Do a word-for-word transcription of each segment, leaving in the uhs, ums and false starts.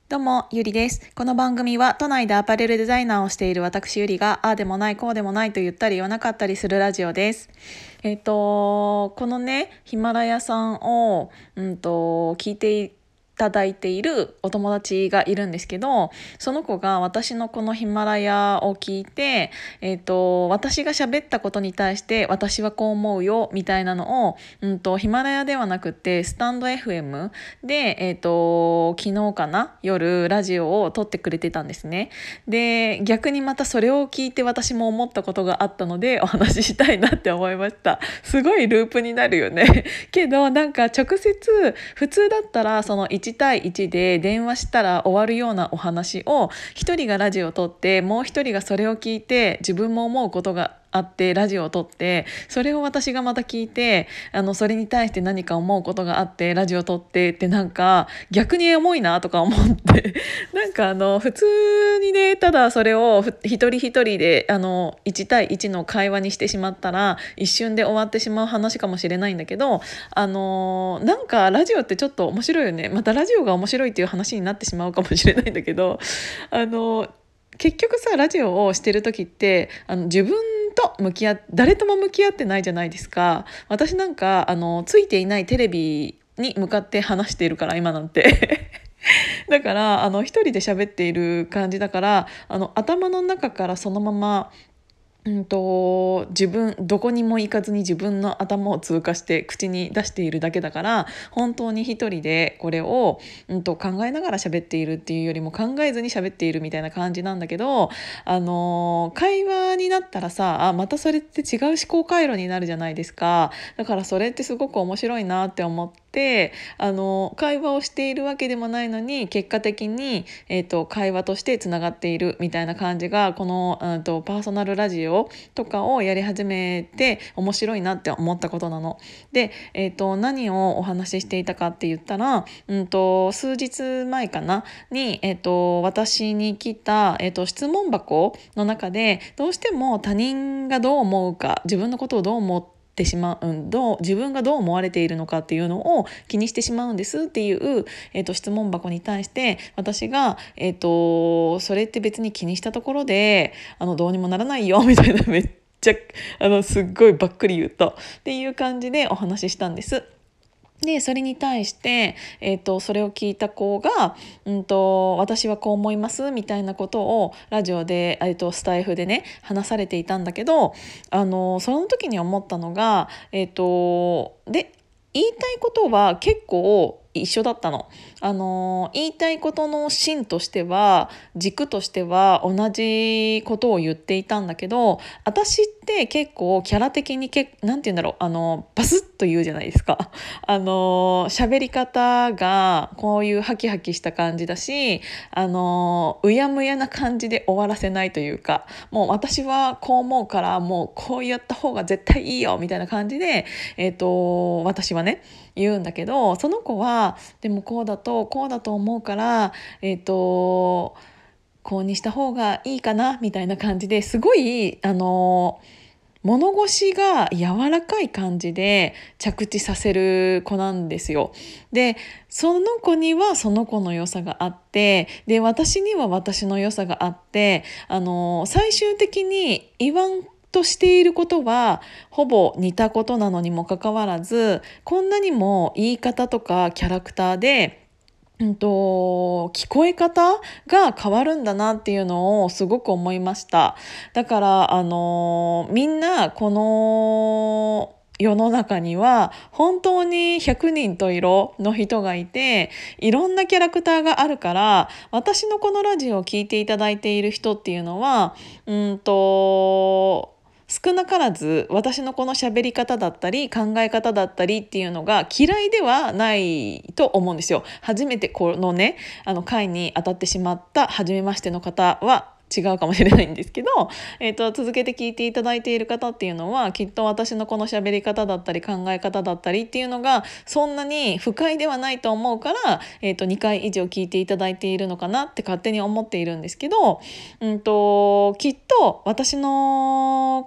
どうも、ゆりです。この番組は都内でアパレルデザイナーをしている私ゆりが、ああでもないこうでもないと言ったり言わなかったりするラジオです。えっと、このね、ヒマラヤさんを、うんと、聞いていただいているお友達がいるんですけど、その子が私のこのヒマラヤを聞いて、えっと、私が喋ったことに対して私はこう思うよみたいなのを、うんと、ヒマラヤではなくてスタンド エフエム で、えっと、昨日かな夜ラジオを撮ってくれてたんですね。で、逆にまたそれを聞いて私も思ったことがあったのでお話ししたいなって思いました。すごいループになるよね。けどなんか直接普通だったらそのいちたいいちで電話したら終わるようなお話を一人がラジオを撮ってもう一人がそれを聞いて自分も思うことがあってラジオを撮ってそれを私がまた聞いてあのそれに対して何か思うことがあってラジオを撮ってってなんか逆に重いなとか思ってなんかあの普通にねただそれを一人一人であのいちたいいちの会話にしてしまったら一瞬で終わってしまう話かもしれないんだけどあのなんかラジオってちょっと面白いよね。またラジオが面白いっていう話になってしまうかもしれないんだけどあの結局さラジオをしてる時ってあの自分と向き合っ誰とも向き合ってないじゃないですか。私なんかあのついていないテレビに向かって話しているから今なんてだからあの一人で喋っている感じだからあの頭の中からそのままうんと自分どこにも行かずに自分の頭を通過して口に出しているだけだから本当に一人でこれを、うんと考えながら喋っているっていうよりも考えずに喋っているみたいな感じなんだけどあの会話になったらさあまたそれって違う思考回路になるじゃないですか。だからそれってすごく面白いなって思ってあの会話をしているわけでもないのに結果的に、えーと、会話としてつながっているみたいな感じがこの、うんと、パーソナルラジオとかをやり始めて面白いなって思ったことなの。で、えーと、何をお話ししていたかって言ったら、うんと、数日前かなに、えーと、私に来た、えーと、質問箱の中でどうしても他人がどう思うか自分のことをどう思っててしまう、うん、どう自分がどう思われているのかっていうのを気にしてしまうんですっていう、えーと、質問箱に対して私が、えーと、それって別に気にしたところであのどうにもならないよみたいなめっちゃあのすっごいばっくり言うとっていう感じでお話ししたんです。でそれに対して、えーと、それを聞いた子が、うんと、私はこう思いますみたいなことをラジオで、えーと、スタイフでね話されていたんだけどあのその時に思ったのが、えーと、で言いたいことは結構一緒だったの。あの言いたいことの芯としては軸としては同じことを言っていたんだけど私って結構キャラ的にけなんて言うんだろうあのバスッと言うじゃないですか。あの喋り方がこういうハキハキした感じだしあのうやむやな感じで終わらせないというかもう私はこう思うからもうこうやった方が絶対いいよみたいな感じで、えーと、私はね言うんだけどその子はでもこうだとこうだと思うからえっ、とこうにした方がいいかなみたいな感じですごいあの物腰が柔らかい感じで着地させる子なんですよ。でその子にはその子の良さがあってで私には私の良さがあってあの最終的に言わんとしていることはほぼ似たことなのにもかかわらずこんなにも言い方とかキャラクターでうんと、聞こえ方が変わるんだなっていうのをすごく思いました。だから、あのみんなこの世の中には本当にひゃくにんと色の人がいていろんなキャラクターがあるから私のこのラジオを聞いていただいている人っていうのはうんと少なからず私のこの喋り方だったり考え方だったりっていうのが嫌いではないと思うんですよ。初めてこのねあの会に当たってしまった初めましての方は違うかもしれないんですけど、えーと、続けて聞いていただいている方っていうのはきっと私のこの喋り方だったり考え方だったりっていうのがそんなに不快ではないと思うから、えーと、にかい以上聞いていただいているのかなって勝手に思っているんですけど、うんと、きっと私の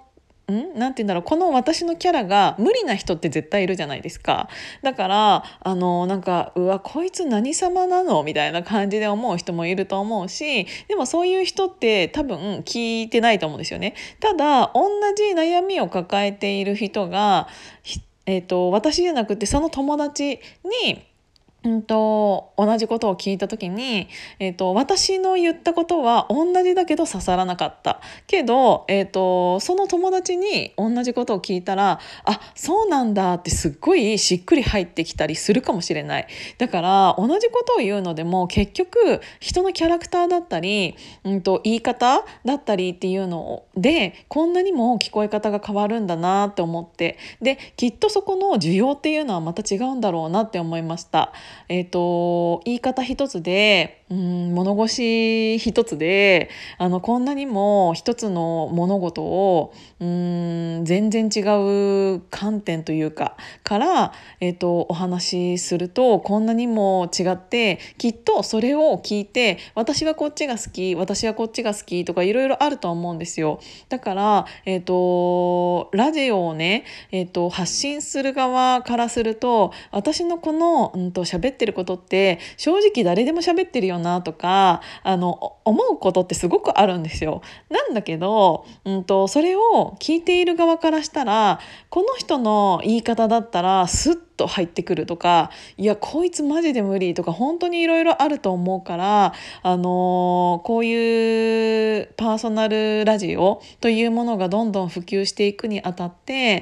んなんて言うんだろう、この私のキャラが無理な人って絶対いるじゃないですか。だからあのなんかうわこいつ何様なのみたいな感じで思う人もいると思うし、でもそういう人って多分聞いてないと思うんですよね。ただ同じ悩みを抱えている人が、えーと、私じゃなくてその友達にうんと同じことを聞いた時に、えーと、私の言ったことは同じだけど刺さらなかったけど、えーと、その友達に同じことを聞いたらあそうなんだってすっごいしっくり入ってきたりするかもしれない。だから同じことを言うのでも結局人のキャラクターだったり、うんと、言い方だったりっていうのでこんなにも聞こえ方が変わるんだなって思って、できっとそこの需要っていうのはまた違うんだろうなって思いました。えーと、言い方一つで、うん、物腰一つであのこんなにも一つの物事をうん全然違う観点というかから、えーと、お話しするとこんなにも違って、きっとそれを聞いて私はこっちが好き私はこっちが好きとかいろいろあると思うんですよ。だから、えーと、ラジオをね、えーと、発信する側からすると私のこの、うんと、喋ってることって正直誰でも喋ってるよなとかあの思うことってすごくあるんですよ。なんだけど、うんと、それを聞いている側からしたらこの人の言い方だったらスッと入ってくるとか、いやこいつマジで無理とか本当にいろいろあると思うから、あのーこういうパーソナルラジオというものがどんどん普及していくにあたって、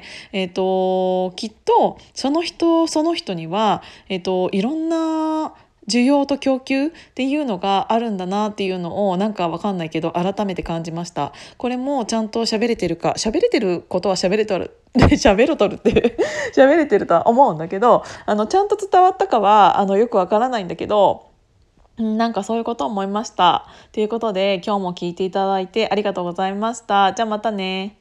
えーと、きっとその人その人には、えーと、いろんな需要と供給っていうのがあるんだなっていうのをなんかわかんないけど改めて感じました。これもちゃんと喋れてるか、喋れてることは喋れとる喋ろとるって喋れてるとは思うんだけど、あのちゃんと伝わったかはあのよくわからないんだけど、なんかそういうことを思いました。ということで今日も聞いていただいてありがとうございました。じゃあまたね。